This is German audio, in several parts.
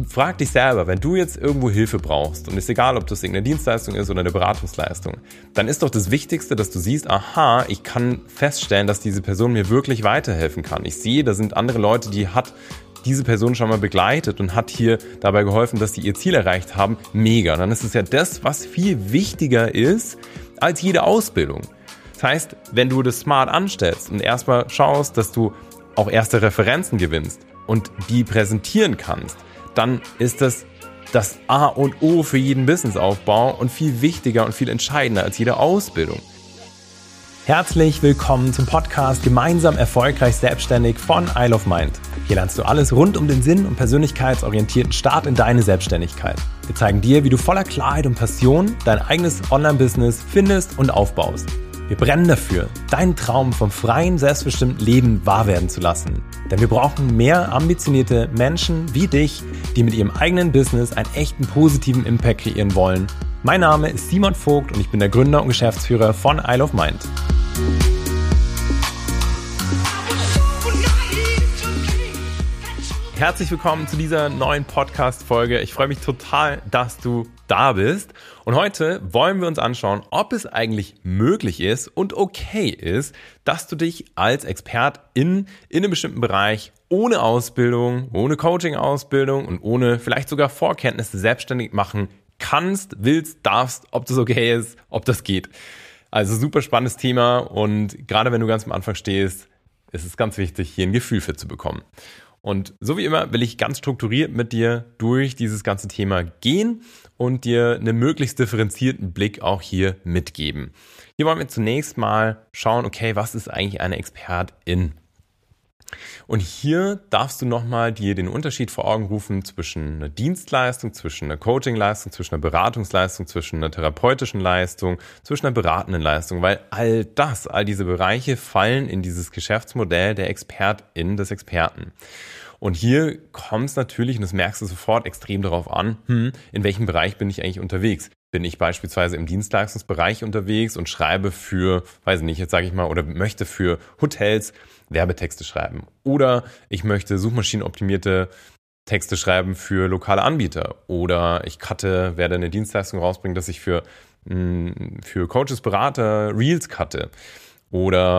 frag dich selber, wenn du jetzt irgendwo Hilfe brauchst und ist egal, ob das irgendeine Dienstleistung ist oder eine Beratungsleistung, dann ist doch das Wichtigste, dass du siehst, aha, ich kann feststellen, dass diese Person mir wirklich weiterhelfen kann. Ich sehe, da sind andere Leute, die hat diese Person schon mal begleitet und hat hier dabei geholfen, dass sie ihr Ziel erreicht haben. Mega. Dann ist es ja das, was viel wichtiger ist als jede Ausbildung. Das heißt, wenn du das smart anstellst und erstmal schaust, dass du auch erste Referenzen gewinnst und die präsentieren kannst, dann ist das A und O für jeden Businessaufbau und viel wichtiger und viel entscheidender als jede Ausbildung. Herzlich willkommen zum Podcast Gemeinsam erfolgreich selbstständig von Isle of Mind. Hier lernst du alles rund um den Sinn und persönlichkeitsorientierten Start in deine Selbstständigkeit. Wir zeigen dir, wie du voller Klarheit und Passion dein eigenes Online-Business findest und aufbaust. Wir brennen dafür, deinen Traum vom freien, selbstbestimmten Leben wahr werden zu lassen. Denn wir brauchen mehr ambitionierte Menschen wie dich, die mit ihrem eigenen Business einen echten positiven Impact kreieren wollen. Mein Name ist Simon Vogt und ich bin der Gründer und Geschäftsführer von Isle of Mind. Herzlich willkommen zu dieser neuen Podcast-Folge. Ich freue mich total, dass du da bist. Und heute wollen wir uns anschauen, ob es eigentlich möglich ist und okay ist, dass du dich als Expertin in einem bestimmten Bereich ohne Ausbildung, ohne Coaching-Ausbildung und ohne vielleicht sogar Vorkenntnisse selbstständig machen kannst, willst, darfst, ob das okay ist, ob das geht. Also super spannendes Thema und gerade wenn du ganz am Anfang stehst, ist es ganz wichtig, hier ein Gefühl für zu bekommen. Und so wie immer will ich ganz strukturiert mit dir durch dieses ganze Thema gehen und dir einen möglichst differenzierten Blick auch hier mitgeben. Hier wollen wir zunächst mal schauen, okay, was ist eigentlich eine Expertin? Und hier darfst du nochmal dir den Unterschied vor Augen rufen zwischen einer Dienstleistung, zwischen einer Coachingleistung, zwischen einer Beratungsleistung, zwischen einer therapeutischen Leistung, zwischen einer beratenden Leistung, weil all diese Bereiche fallen in dieses Geschäftsmodell der Expertin, des Experten. Und hier kommt es natürlich, und das merkst du sofort, extrem darauf an, in welchem Bereich bin ich eigentlich unterwegs? Bin ich beispielsweise im Dienstleistungsbereich unterwegs und schreibe für, weiß nicht, jetzt sage ich mal, oder möchte für Hotels Werbetexte schreiben. Oder ich möchte suchmaschinenoptimierte Texte schreiben für lokale Anbieter. Oder ich werde eine Dienstleistung rausbringen, dass ich für Coaches, Berater Reels cutte. Oder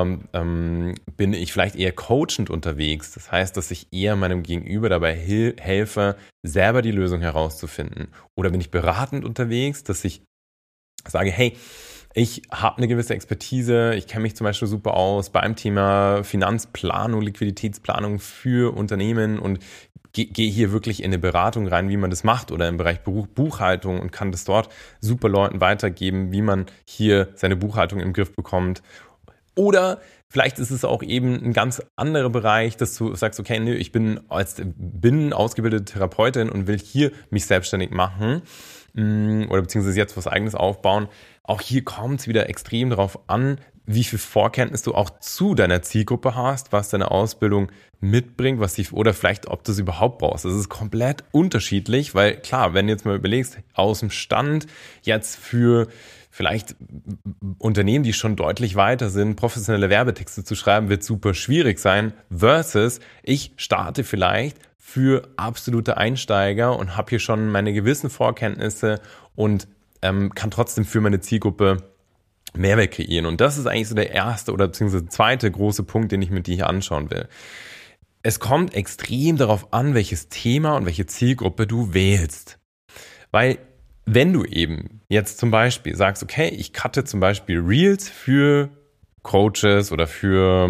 bin ich vielleicht eher coachend unterwegs? Das heißt, dass ich eher meinem Gegenüber dabei helfe, selber die Lösung herauszufinden. Oder bin ich beratend unterwegs, dass ich sage, hey, ich habe eine gewisse Expertise, ich kenne mich zum Beispiel super aus beim Thema Finanzplanung, Liquiditätsplanung für Unternehmen und gehe hier wirklich in eine Beratung rein, wie man das macht oder im Bereich Buchhaltung und kann das dort super Leuten weitergeben, wie man hier seine Buchhaltung im Griff bekommt. Oder vielleicht ist es auch eben ein ganz anderer Bereich, dass du sagst, okay, nö, ich bin ausgebildete Therapeutin und will hier mich selbstständig machen oder beziehungsweise jetzt was Eigenes aufbauen. Auch hier kommt es wieder extrem darauf an, wie viel Vorkenntnis du auch zu deiner Zielgruppe hast, was deine Ausbildung mitbringt, oder vielleicht, ob du es überhaupt brauchst. Das ist komplett unterschiedlich, weil klar, wenn du jetzt mal überlegst, aus dem Stand jetzt für vielleicht Unternehmen, die schon deutlich weiter sind, professionelle Werbetexte zu schreiben, wird super schwierig sein, versus ich starte vielleicht für absolute Einsteiger und habe hier schon meine gewissen Vorkenntnisse und kann trotzdem für meine Zielgruppe Mehrwert kreieren. Und das ist eigentlich so der erste oder beziehungsweise zweite große Punkt, den ich mit dir hier anschauen will. Es kommt extrem darauf an, welches Thema und welche Zielgruppe du wählst. Weil wenn du eben jetzt zum Beispiel sagst, okay, ich cutte zum Beispiel Reels für Coaches oder für,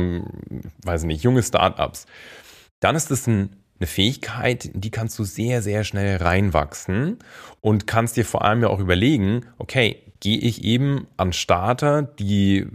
junge Startups, dann ist das eine Fähigkeit, in die kannst du sehr, sehr schnell reinwachsen und kannst dir vor allem ja auch überlegen, okay, gehe ich eben an Starter, die,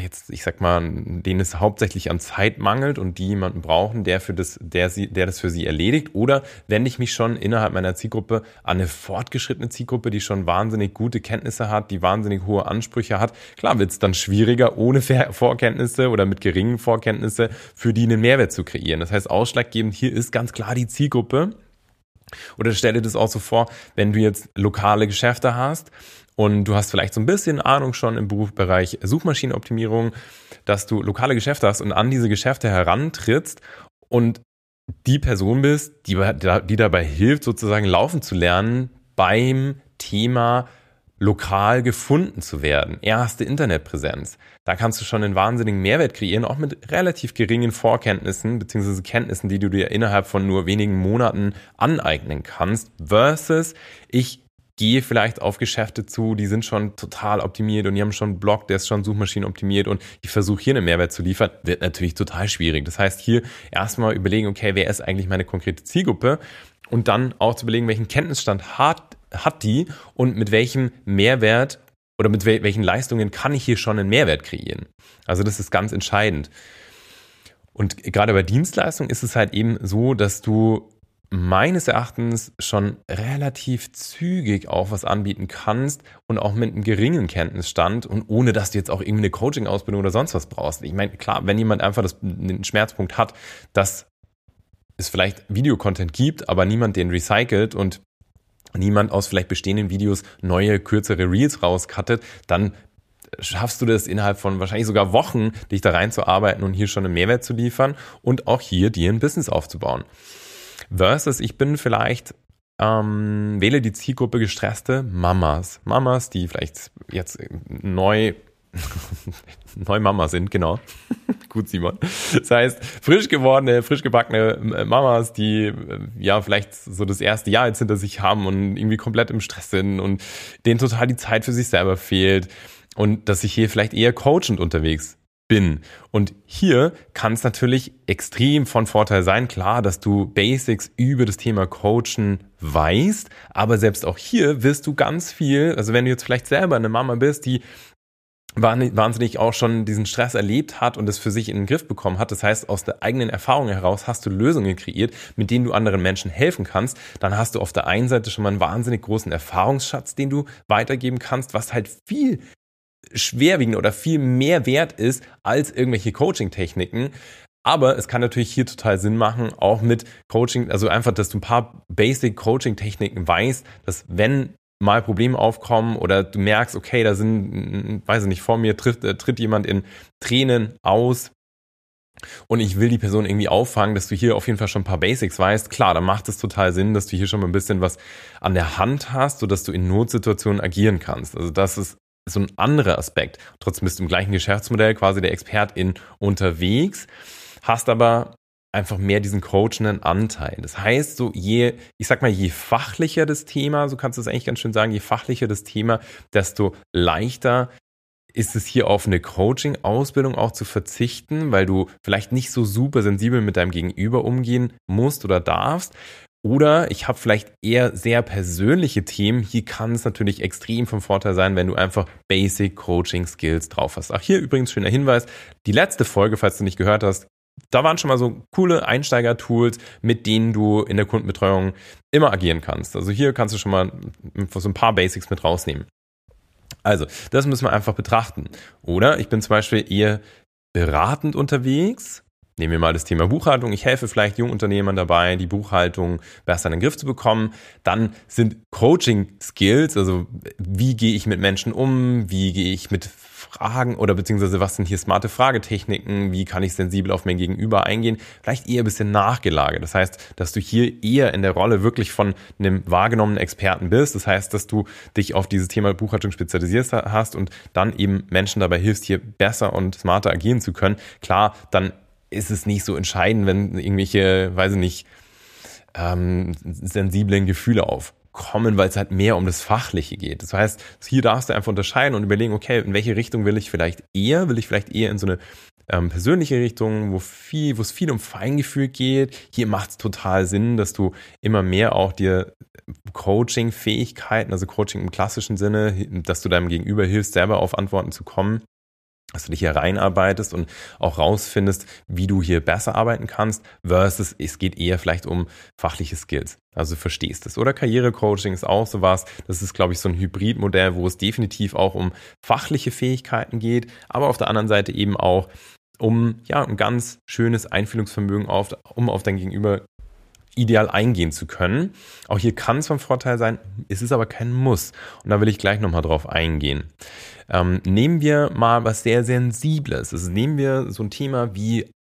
denen es hauptsächlich an Zeit mangelt und die jemanden brauchen, der das für sie erledigt, oder wende ich mich schon innerhalb meiner Zielgruppe an eine fortgeschrittene Zielgruppe, die schon wahnsinnig gute Kenntnisse hat, die wahnsinnig hohe Ansprüche hat. Klar wird es dann schwieriger, ohne Vorkenntnisse oder mit geringen Vorkenntnisse für die einen Mehrwert zu kreieren. Das heißt, ausschlaggebend hier ist ganz klar die Zielgruppe. Oder stell dir das auch so vor, wenn du jetzt lokale Geschäfte hast und du hast vielleicht so ein bisschen Ahnung schon im Berufsbereich Suchmaschinenoptimierung, dass du lokale Geschäfte hast und an diese Geschäfte herantrittst und die Person bist, die dabei hilft, sozusagen laufen zu lernen beim Thema lokal gefunden zu werden. Erste Internetpräsenz. Da kannst du schon einen wahnsinnigen Mehrwert kreieren, auch mit relativ geringen Vorkenntnissen bzw. Kenntnissen, die du dir innerhalb von nur wenigen Monaten aneignen kannst, versus ich gehe vielleicht auf Geschäfte zu, die sind schon total optimiert und die haben schon einen Blog, der ist schon suchmaschinenoptimiert und ich versuche hier einen Mehrwert zu liefern, wird natürlich total schwierig. Das heißt, hier erstmal überlegen, okay, wer ist eigentlich meine konkrete Zielgruppe und dann auch zu überlegen, welchen Kenntnisstand hat die und mit welchem Mehrwert oder mit welchen Leistungen kann ich hier schon einen Mehrwert kreieren. Also das ist ganz entscheidend. Und gerade bei Dienstleistungen ist es halt eben so, dass du meines Erachtens schon relativ zügig auch was anbieten kannst und auch mit einem geringen Kenntnisstand und ohne, dass du jetzt auch irgendwie eine Coaching-Ausbildung oder sonst was brauchst. Ich meine, klar, wenn jemand einfach den Schmerzpunkt hat, dass es vielleicht Videocontent gibt, aber niemand den recycelt und niemand aus vielleicht bestehenden Videos neue, kürzere Reels rauscuttet, dann schaffst du das innerhalb von wahrscheinlich sogar Wochen, dich da reinzuarbeiten und hier schon einen Mehrwert zu liefern und auch hier dir ein Business aufzubauen. Versus ich bin vielleicht, wähle die Zielgruppe gestresste Mamas. Mamas, die vielleicht jetzt neu Mama sind, genau. Gut, Simon. Das heißt, frisch gebackene Mamas, die ja vielleicht so das erste Jahr jetzt hinter sich haben und irgendwie komplett im Stress sind und denen total die Zeit für sich selber fehlt und dass ich hier vielleicht eher coachend unterwegs bin. Und hier kann es natürlich extrem von Vorteil sein, klar, dass du Basics über das Thema Coachen weißt, aber selbst auch hier wirst du ganz viel, also wenn du jetzt vielleicht selber eine Mama bist, die wahnsinnig auch schon diesen Stress erlebt hat und es für sich in den Griff bekommen hat. Das heißt, aus der eigenen Erfahrung heraus hast du Lösungen kreiert, mit denen du anderen Menschen helfen kannst. Dann hast du auf der einen Seite schon mal einen wahnsinnig großen Erfahrungsschatz, den du weitergeben kannst, was halt viel schwerwiegend oder viel mehr wert ist als irgendwelche Coaching-Techniken. Aber es kann natürlich hier total Sinn machen, auch mit Coaching, also einfach, dass du ein paar Basic-Coaching-Techniken weißt, dass wenn mal Probleme aufkommen oder du merkst, okay, da sind, weiß ich nicht, vor mir tritt jemand in Tränen aus und ich will die Person irgendwie auffangen, dass du hier auf jeden Fall schon ein paar Basics weißt. Klar, dann macht es total Sinn, dass du hier schon mal ein bisschen was an der Hand hast, sodass du in Notsituationen agieren kannst. Also das ist so ein anderer Aspekt. Trotzdem bist du im gleichen Geschäftsmodell quasi der Expertin unterwegs, hast aber einfach mehr diesen coachenden Anteil. Das heißt, so je fachlicher das Thema, so kannst du es eigentlich ganz schön sagen, je fachlicher das Thema, desto leichter ist es hier auf eine Coaching-Ausbildung auch zu verzichten, weil du vielleicht nicht so super sensibel mit deinem Gegenüber umgehen musst oder darfst. Oder ich habe vielleicht eher sehr persönliche Themen. Hier kann es natürlich extrem von Vorteil sein, wenn du einfach Basic Coaching Skills drauf hast. Ach, hier übrigens schöner Hinweis. Die letzte Folge, falls du nicht gehört hast, da waren schon mal so coole Einsteiger-Tools, mit denen du in der Kundenbetreuung immer agieren kannst. Also hier kannst du schon mal so ein paar Basics mit rausnehmen. Also, das müssen wir einfach betrachten. Oder ich bin zum Beispiel eher beratend unterwegs. Nehmen wir mal das Thema Buchhaltung. Ich helfe vielleicht Jungunternehmern dabei, die Buchhaltung besser in den Griff zu bekommen. Dann sind Coaching-Skills, also wie gehe ich mit Menschen um, wie gehe ich mit Fragen oder beziehungsweise was sind hier smarte Fragetechniken, wie kann ich sensibel auf mein Gegenüber eingehen, vielleicht eher ein bisschen nachgelagert. Das heißt, dass du hier eher in der Rolle wirklich von einem wahrgenommenen Experten bist. Das heißt, dass du dich auf dieses Thema Buchhaltung spezialisiert hast und dann eben Menschen dabei hilfst, hier besser und smarter agieren zu können. Klar, dann ist es nicht so entscheidend, wenn irgendwelche, weiß ich nicht, sensiblen Gefühle aufkommen, weil es halt mehr um das Fachliche geht. Das heißt, hier darfst du einfach unterscheiden und überlegen, okay, in welche Richtung will ich vielleicht eher? Will ich vielleicht eher in so eine persönliche Richtung, wo es viel um Feingefühl geht? Hier macht es total Sinn, dass du immer mehr auch dir Coaching-Fähigkeiten, also Coaching im klassischen Sinne, dass du deinem Gegenüber hilfst, selber auf Antworten zu kommen, dass du dich hier reinarbeitest und auch rausfindest, wie du hier besser arbeiten kannst, versus es geht eher vielleicht um fachliche Skills. Also du verstehst es. Oder Karrierecoaching ist auch sowas. Das ist, glaube ich, so ein Hybridmodell, wo es definitiv auch um fachliche Fähigkeiten geht, aber auf der anderen Seite eben auch um ein ganz schönes Einfühlungsvermögen um auf dein Gegenüber ideal eingehen zu können. Auch hier kann es von Vorteil sein, es ist aber kein Muss. Und da will ich gleich nochmal drauf eingehen. Nehmen wir mal was sehr Sensibles. Also nehmen wir so ein Thema wie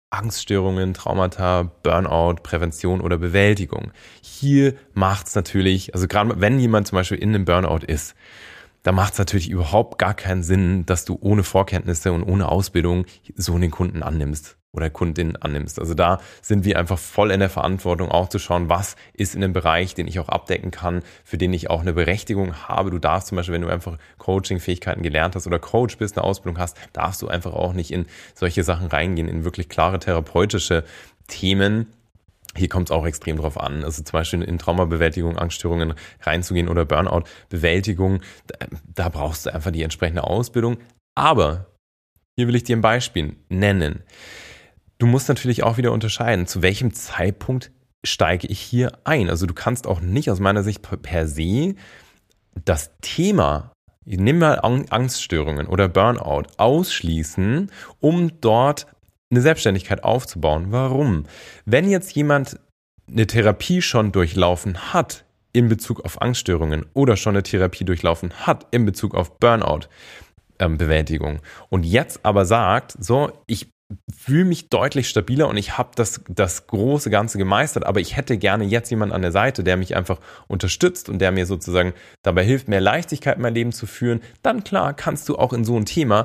Angststörungen, Traumata, Burnout, Prävention oder Bewältigung. Hier macht es natürlich, also gerade wenn jemand zum Beispiel in einem Burnout ist, da macht es natürlich überhaupt gar keinen Sinn, dass du ohne Vorkenntnisse und ohne Ausbildung so einen Kunden annimmst oder Kundin annimmst. Also da sind wir einfach voll in der Verantwortung, auch zu schauen, was ist in einem Bereich, den ich auch abdecken kann, für den ich auch eine Berechtigung habe. Du darfst zum Beispiel, wenn du einfach Coaching-Fähigkeiten gelernt hast oder Coach bist, eine Ausbildung hast, darfst du einfach auch nicht in solche Sachen reingehen, in wirklich klare therapeutische Themen. Hier kommt es auch extrem drauf an. Also zum Beispiel in Traumabewältigung, Angststörungen reinzugehen oder Burnout-Bewältigung, da brauchst du einfach die entsprechende Ausbildung. Aber hier will ich dir ein Beispiel nennen. Du musst natürlich auch wieder unterscheiden, zu welchem Zeitpunkt steige ich hier ein. Also du kannst auch nicht aus meiner Sicht per se das Thema, nimm mal Angststörungen oder Burnout, ausschließen, um dort eine Selbstständigkeit aufzubauen. Warum? Wenn jetzt jemand eine Therapie schon durchlaufen hat in Bezug auf Angststörungen oder schon eine Therapie durchlaufen hat in Bezug auf Burnout-Bewältigung und jetzt aber sagt, so, ich fühle mich deutlich stabiler und ich habe das große Ganze gemeistert, aber ich hätte gerne jetzt jemanden an der Seite, der mich einfach unterstützt und der mir sozusagen dabei hilft, mehr Leichtigkeit in mein Leben zu führen, dann klar kannst du auch in so ein Thema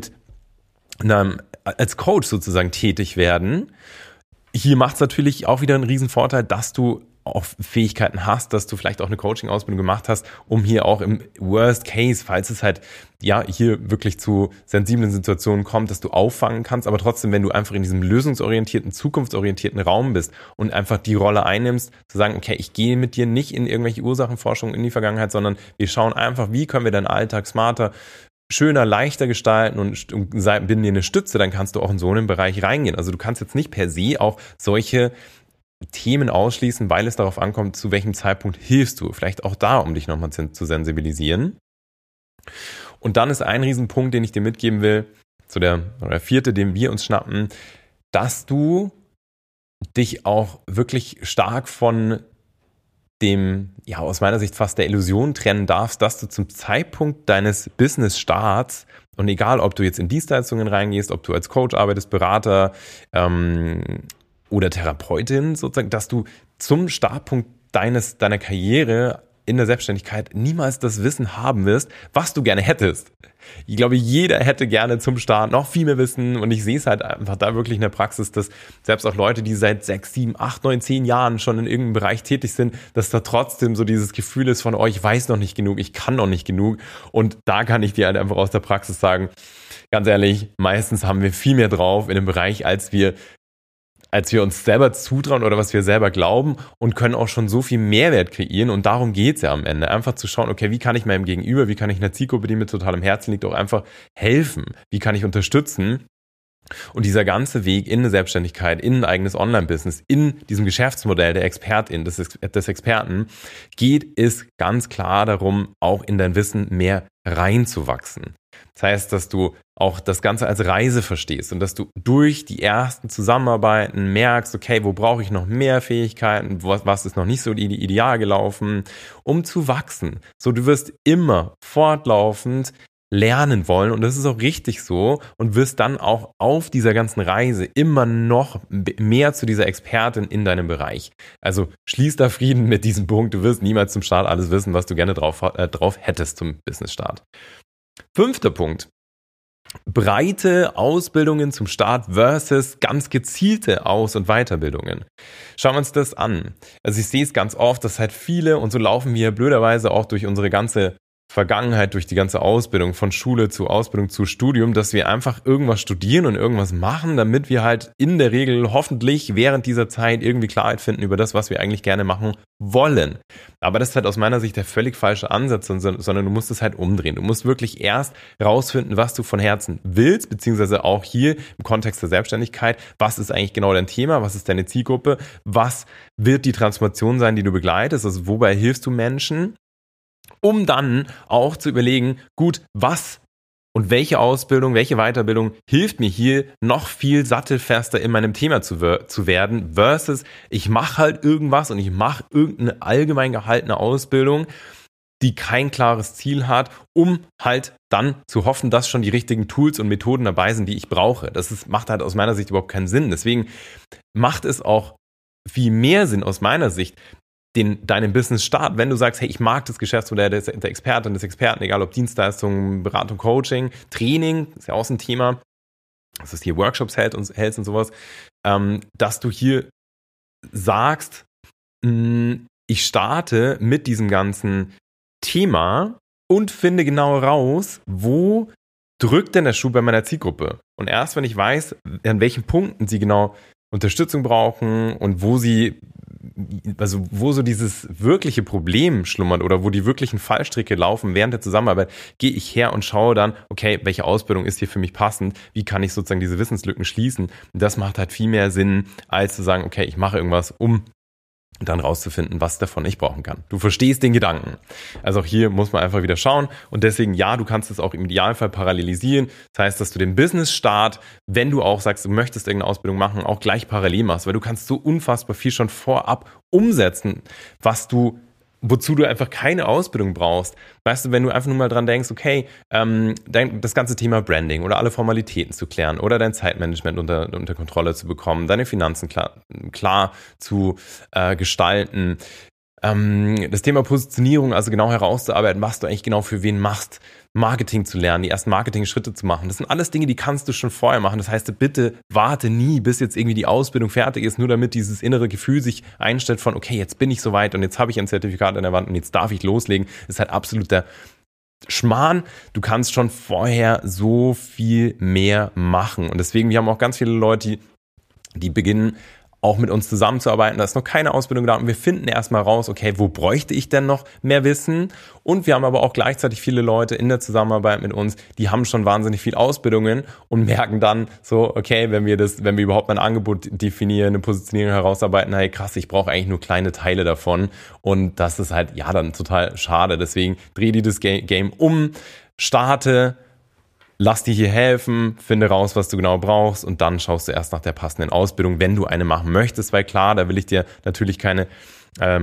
als Coach sozusagen tätig werden. Hier macht es natürlich auch wieder einen riesen Vorteil, dass du auch Fähigkeiten hast, dass du vielleicht auch eine Coaching-Ausbildung gemacht hast, um hier auch im Worst Case, falls es halt hier wirklich zu sensiblen Situationen kommt, dass du auffangen kannst, aber trotzdem, wenn du einfach in diesem lösungsorientierten, zukunftsorientierten Raum bist und einfach die Rolle einnimmst, zu sagen, okay, ich gehe mit dir nicht in irgendwelche Ursachenforschung in die Vergangenheit, sondern wir schauen einfach, wie können wir deinen Alltag smarter, schöner, leichter gestalten und bin dir eine Stütze, dann kannst du auch in so einen Bereich reingehen. Also du kannst jetzt nicht per se auch solche Themen ausschließen, weil es darauf ankommt, zu welchem Zeitpunkt hilfst du. Vielleicht auch da, um dich nochmal zu sensibilisieren. Und dann ist ein Riesenpunkt, den ich dir mitgeben will, der vierte, den wir uns schnappen, dass du dich auch wirklich stark von dem, aus meiner Sicht fast der Illusion trennen darfst, dass du zum Zeitpunkt deines Business-Starts, und egal, ob du jetzt in Dienstleistungen reingehst, ob du als Coach arbeitest, Berater oder Therapeutin sozusagen, dass du zum Startpunkt deiner Karriere in der Selbstständigkeit niemals das Wissen haben wirst, was du gerne hättest. Ich glaube, jeder hätte gerne zum Start noch viel mehr Wissen und ich sehe es halt einfach da wirklich in der Praxis, dass selbst auch Leute, die seit 6, 7, 8, 9, 10 Jahren schon in irgendeinem Bereich tätig sind, dass da trotzdem so dieses Gefühl ist von, ich weiß noch nicht genug, ich kann noch nicht genug und da kann ich dir halt einfach aus der Praxis sagen, ganz ehrlich, meistens haben wir viel mehr drauf in dem Bereich, als wir uns selber zutrauen oder was wir selber glauben und können auch schon so viel Mehrwert kreieren und darum geht's ja am Ende. Einfach zu schauen, okay, wie kann ich meinem Gegenüber, wie kann ich einer Zielgruppe, die mir total am Herzen liegt, auch einfach helfen? Wie kann ich unterstützen? Und dieser ganze Weg in eine Selbstständigkeit, in ein eigenes Online-Business, in diesem Geschäftsmodell der Expertin, des Experten, geht es ganz klar darum, auch in dein Wissen mehr reinzuwachsen. Das heißt, dass du auch das Ganze als Reise verstehst und dass du durch die ersten Zusammenarbeiten merkst, okay, wo brauche ich noch mehr Fähigkeiten, was ist noch nicht so ideal gelaufen, um zu wachsen. So, du wirst immer fortlaufend lernen wollen und das ist auch richtig so und wirst dann auch auf dieser ganzen Reise immer noch mehr zu dieser Expertin in deinem Bereich. Also schließ da Frieden mit diesem Punkt, du wirst niemals zum Start alles wissen, was du gerne drauf hättest zum Business-Start. 5. Punkt. Breite Ausbildungen zum Start versus ganz gezielte Aus- und Weiterbildungen. Schauen wir uns das an. Also ich sehe es ganz oft, dass halt viele, und so laufen wir blöderweise auch durch unsere ganze Vergangenheit, durch die ganze Ausbildung, von Schule zu Ausbildung zu Studium, dass wir einfach irgendwas studieren und irgendwas machen, damit wir halt in der Regel hoffentlich während dieser Zeit irgendwie Klarheit finden über das, was wir eigentlich gerne machen wollen. Aber das ist halt aus meiner Sicht der völlig falsche Ansatz, sondern du musst es halt umdrehen. Du musst wirklich erst rausfinden, was du von Herzen willst, beziehungsweise auch hier im Kontext der Selbstständigkeit, was ist eigentlich genau dein Thema, was ist deine Zielgruppe, was wird die Transformation sein, die du begleitest, also wobei hilfst du Menschen, um dann auch zu überlegen, gut, was und welche Ausbildung, welche Weiterbildung hilft mir hier noch viel sattelfester in meinem Thema zu werden versus ich mache halt irgendwas und ich mache irgendeine allgemein gehaltene Ausbildung, die kein klares Ziel hat, um halt dann zu hoffen, dass schon die richtigen Tools und Methoden dabei sind, die ich brauche. Macht halt aus meiner Sicht überhaupt keinen Sinn. Deswegen macht es auch viel mehr Sinn aus meiner Sicht, deinen Business-Start, wenn du sagst, hey, ich mag das Geschäftsmodell der Expertin, des Experten, egal ob Dienstleistungen, Beratung, Coaching, Training, ist ja auch so ein Thema, dass du hier Workshops hältst und sowas, dass du hier sagst, ich starte mit diesem ganzen Thema und finde genau raus, wo drückt denn der Schuh bei meiner Zielgruppe? Und erst wenn ich weiß, an welchen Punkten sie genau Unterstützung brauchen und wo so dieses wirkliche Problem schlummert oder wo die wirklichen Fallstricke laufen während der Zusammenarbeit, gehe ich her und schaue dann, okay, welche Ausbildung ist hier für mich passend, wie kann ich sozusagen diese Wissenslücken schließen? Und das macht halt viel mehr Sinn, als zu sagen, okay, ich mache irgendwas, um dann rauszufinden, was davon ich brauchen kann. Du verstehst den Gedanken. Also auch hier muss man einfach wieder schauen und deswegen, ja, du kannst es auch im Idealfall parallelisieren. Das heißt, dass du den Business-Start, wenn du auch sagst, du möchtest irgendeine Ausbildung machen, auch gleich parallel machst, weil du kannst so unfassbar viel schon vorab umsetzen, wozu du einfach keine Ausbildung brauchst. Weißt du, wenn du einfach nur mal dran denkst, okay, das ganze Thema Branding oder alle Formalitäten zu klären oder dein Zeitmanagement unter Kontrolle zu bekommen, deine Finanzen klar zu gestalten, das Thema Positionierung, also genau herauszuarbeiten, was du eigentlich genau für wen machst, Marketing zu lernen, die ersten Marketing-Schritte zu machen. Das sind alles Dinge, die kannst du schon vorher machen. Das heißt, bitte warte nie, bis jetzt irgendwie die Ausbildung fertig ist, nur damit dieses innere Gefühl sich einstellt von, okay, jetzt bin ich soweit und jetzt habe ich ein Zertifikat an der Wand und jetzt darf ich loslegen. Das ist halt absoluter Schmarrn. Du kannst schon vorher so viel mehr machen. Und deswegen, wir haben auch ganz viele Leute, die beginnen, auch mit uns zusammenzuarbeiten. Da ist noch keine Ausbildung da und wir finden erstmal raus, okay, wo bräuchte ich denn noch mehr Wissen? Und wir haben aber auch gleichzeitig viele Leute in der Zusammenarbeit mit uns, die haben schon wahnsinnig viel Ausbildungen und merken dann so, okay, wenn wir überhaupt ein Angebot definieren, eine Positionierung herausarbeiten, hey krass, ich brauche eigentlich nur kleine Teile davon und das ist halt, ja, dann total schade. Deswegen dreh dir das Game um, starte, lass dir hier helfen, finde raus, was du genau brauchst und dann schaust du erst nach der passenden Ausbildung, wenn du eine machen möchtest, weil klar, da will ich dir natürlich keine, oder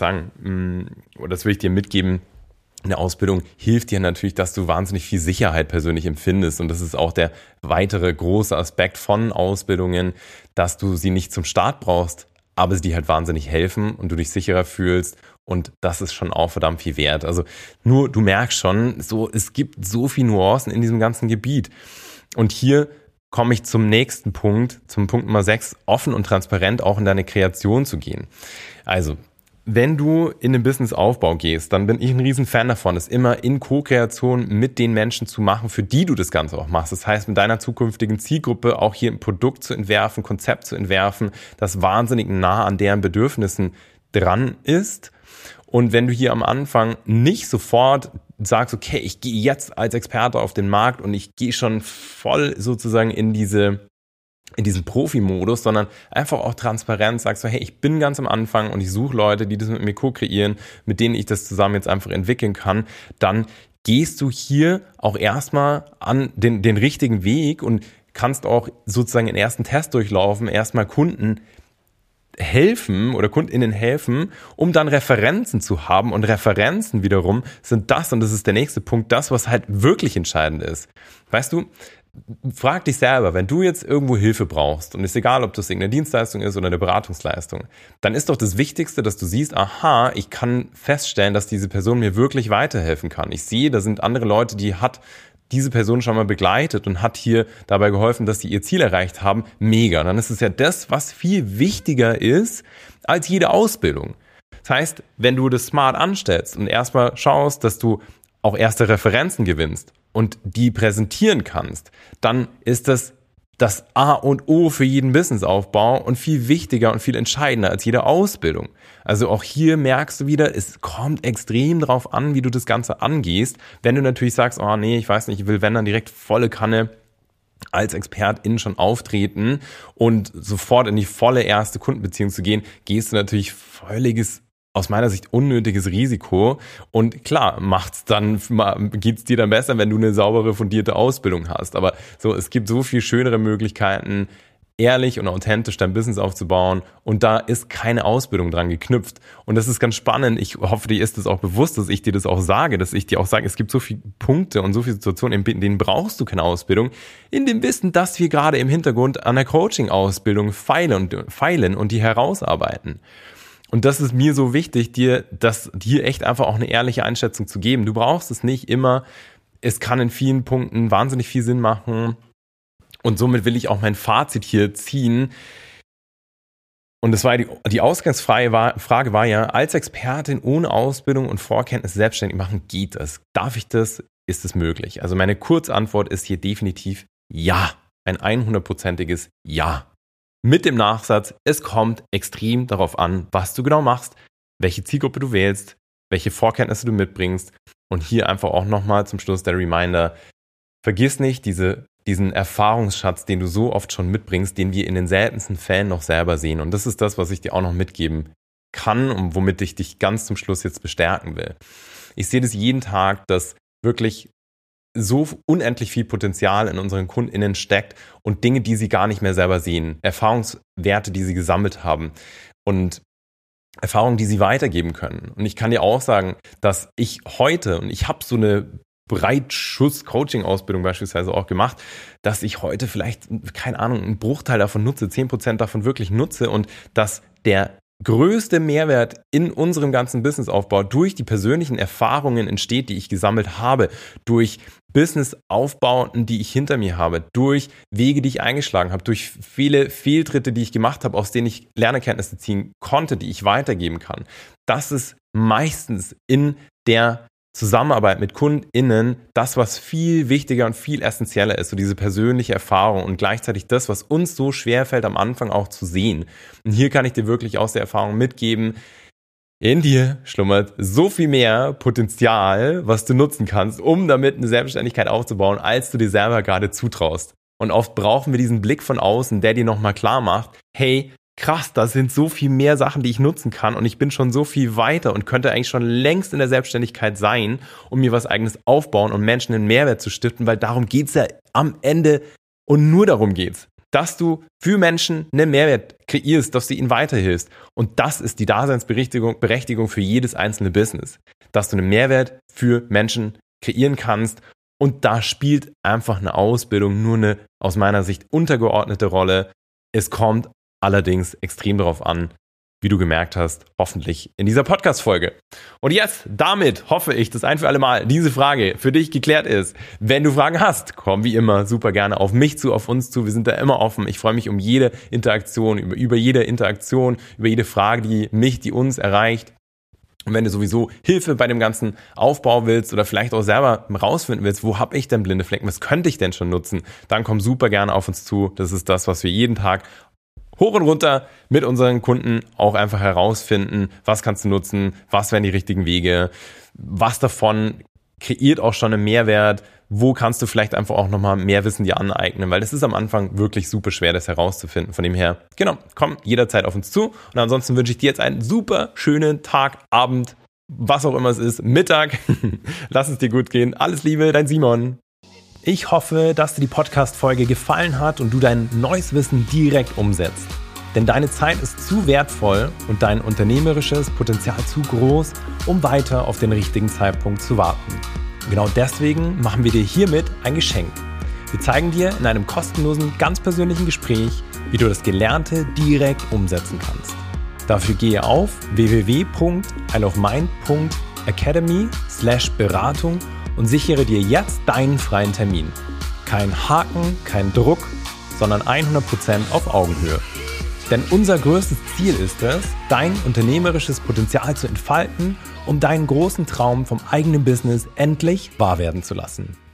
das will ich dir mitgeben, eine Ausbildung hilft dir natürlich, dass du wahnsinnig viel Sicherheit persönlich empfindest und das ist auch der weitere große Aspekt von Ausbildungen, dass du sie nicht zum Start brauchst, aber sie dir halt wahnsinnig helfen und du dich sicherer fühlst. Und das ist schon auch verdammt viel wert. Also nur, du merkst schon, es gibt so viele Nuancen in diesem ganzen Gebiet. Und hier komme ich zum nächsten Punkt, zum Punkt Nummer 6, offen und transparent auch in deine Kreation zu gehen. Also, wenn du in den Businessaufbau gehst, dann bin ich ein riesen Fan davon, es immer in Co-Kreation mit den Menschen zu machen, für die du das Ganze auch machst. Das heißt, mit deiner zukünftigen Zielgruppe auch hier ein Produkt zu entwerfen, Konzept zu entwerfen, das wahnsinnig nah an deren Bedürfnissen dran ist. Und wenn du hier am Anfang nicht sofort sagst, okay, ich gehe jetzt als Experte auf den Markt und ich gehe schon voll sozusagen in diesen Profi-Modus, sondern einfach auch transparent sagst so, hey, ich bin ganz am Anfang und ich suche Leute, die das mit mir co-kreieren, mit denen ich das zusammen jetzt einfach entwickeln kann, dann gehst du hier auch erstmal an den richtigen Weg und kannst auch sozusagen den ersten Test durchlaufen, erstmal Kunden helfen oder KundInnen helfen, um dann Referenzen zu haben und Referenzen wiederum sind das, und das ist der nächste Punkt, das, was halt wirklich entscheidend ist. Weißt du, frag dich selber, wenn du jetzt irgendwo Hilfe brauchst und ist egal, ob das irgendeine Dienstleistung ist oder eine Beratungsleistung, dann ist doch das Wichtigste, dass du siehst, aha, ich kann feststellen, dass diese Person mir wirklich weiterhelfen kann. Ich sehe, da sind andere Leute, die hat diese Person schon mal begleitet und hat hier dabei geholfen, dass sie ihr Ziel erreicht haben, mega. Dann ist es ja das, was viel wichtiger ist als jede Ausbildung. Das heißt, wenn du das smart anstellst und erstmal schaust, dass du auch erste Referenzen gewinnst und die präsentieren kannst, dann ist das A und O für jeden Businessaufbau und viel wichtiger und viel entscheidender als jede Ausbildung. Also auch hier merkst du wieder, es kommt extrem drauf an, wie du das Ganze angehst. Wenn du natürlich sagst, oh nee, ich weiß nicht, ich will wenn dann direkt volle Kanne als Expertin schon auftreten und sofort in die volle erste Kundenbeziehung zu gehen, gehst du natürlich völliges, aus meiner Sicht unnötiges Risiko und klar, geht's dir dann besser, wenn du eine saubere, fundierte Ausbildung hast. Aber so, es gibt so viel schönere Möglichkeiten, ehrlich und authentisch dein Business aufzubauen und da ist keine Ausbildung dran geknüpft. Und das ist ganz spannend. Ich hoffe, dir ist es auch bewusst, dass ich dir das auch sage, dass ich dir auch sage, es gibt so viele Punkte und so viele Situationen, in denen brauchst du keine Ausbildung, in dem Wissen, dass wir gerade im Hintergrund an der Coaching-Ausbildung feilen und die herausarbeiten. Und das ist mir so wichtig, dir echt einfach auch eine ehrliche Einschätzung zu geben. Du brauchst es nicht immer. Es kann in vielen Punkten wahnsinnig viel Sinn machen. Und somit will ich auch mein Fazit hier ziehen. Und das war die Ausgangsfrage war ja, als Expertin ohne Ausbildung und Vorkenntnis selbstständig machen, geht das? Darf ich das? Ist es möglich? Also meine Kurzantwort ist hier definitiv ja. Ein 100%iges Ja. Mit dem Nachsatz, es kommt extrem darauf an, was du genau machst, welche Zielgruppe du wählst, welche Vorkenntnisse du mitbringst. Und hier einfach auch nochmal zum Schluss der Reminder, vergiss nicht diesen Erfahrungsschatz, den du so oft schon mitbringst, den wir in den seltensten Fällen noch selber sehen. Und das ist das, was ich dir auch noch mitgeben kann und womit ich dich ganz zum Schluss jetzt bestärken will. Ich sehe das jeden Tag, dass wirklich so unendlich viel Potenzial in unseren KundInnen steckt und Dinge, die sie gar nicht mehr selber sehen, Erfahrungswerte, die sie gesammelt haben und Erfahrungen, die sie weitergeben können. Und ich kann dir auch sagen, dass ich heute, und ich habe so eine Breitschuss-Coaching-Ausbildung beispielsweise auch gemacht, dass ich heute vielleicht, keine Ahnung, einen Bruchteil davon nutze, 10% davon wirklich nutze und dass der größte Mehrwert in unserem ganzen Businessaufbau durch die persönlichen Erfahrungen entsteht, die ich gesammelt habe, durch Businessaufbauten, die ich hinter mir habe, durch Wege, die ich eingeschlagen habe, durch viele Fehltritte, die ich gemacht habe, aus denen ich Lernerkenntnisse ziehen konnte, die ich weitergeben kann. Das ist meistens in der Zusammenarbeit mit KundInnen das, was viel wichtiger und viel essentieller ist, so diese persönliche Erfahrung und gleichzeitig das, was uns so schwerfällt am Anfang auch zu sehen. Und hier kann ich dir wirklich aus der Erfahrung mitgeben, in dir schlummert so viel mehr Potenzial, was du nutzen kannst, um damit eine Selbstständigkeit aufzubauen, als du dir selber gerade zutraust. Und oft brauchen wir diesen Blick von außen, der dir nochmal klar macht, hey, krass, da sind so viel mehr Sachen, die ich nutzen kann und ich bin schon so viel weiter und könnte eigentlich schon längst in der Selbstständigkeit sein, um mir was Eigenes aufbauen und Menschen einen Mehrwert zu stiften, weil darum geht's ja am Ende und nur darum geht's, dass du für Menschen einen Mehrwert kreierst, dass du ihnen weiterhilfst. Und das ist die Daseinsberechtigung für jedes einzelne Business, dass du einen Mehrwert für Menschen kreieren kannst. Und da spielt einfach eine Ausbildung nur eine, aus meiner Sicht, untergeordnete Rolle. Es kommt allerdings extrem darauf an, wie du gemerkt hast, hoffentlich in dieser Podcast-Folge. Und jetzt, damit hoffe ich, dass ein für alle Mal diese Frage für dich geklärt ist. Wenn du Fragen hast, komm wie immer super gerne auf mich zu, auf uns zu. Wir sind da immer offen. Ich freue mich um jede Interaktion, über jede Interaktion, über jede Frage, die uns erreicht. Und wenn du sowieso Hilfe bei dem ganzen Aufbau willst oder vielleicht auch selber rausfinden willst, wo habe ich denn blinde Flecken, was könnte ich denn schon nutzen, dann komm super gerne auf uns zu. Das ist das, was wir jeden Tag hoch und runter mit unseren Kunden auch einfach herausfinden, was kannst du nutzen, was wären die richtigen Wege, was davon kreiert auch schon einen Mehrwert, wo kannst du vielleicht einfach auch nochmal mehr Wissen dir aneignen, weil das ist am Anfang wirklich super schwer, das herauszufinden. Von dem her, genau, komm jederzeit auf uns zu und ansonsten wünsche ich dir jetzt einen super schönen Tag, Abend, was auch immer es ist, Mittag. Lass es dir gut gehen. Alles Liebe, dein Simon. Ich hoffe, dass dir die Podcast-Folge gefallen hat und du dein neues Wissen direkt umsetzt. Denn deine Zeit ist zu wertvoll und dein unternehmerisches Potenzial zu groß, um weiter auf den richtigen Zeitpunkt zu warten. Und genau deswegen machen wir dir hiermit ein Geschenk. Wir zeigen dir in einem kostenlosen, ganz persönlichen Gespräch, wie du das Gelernte direkt umsetzen kannst. Dafür gehe auf www.isleofmind.academy/Beratung und sichere dir jetzt deinen freien Termin. Kein Haken, kein Druck, sondern 100% auf Augenhöhe. Denn unser größtes Ziel ist es, dein unternehmerisches Potenzial zu entfalten, um deinen großen Traum vom eigenen Business endlich wahr werden zu lassen.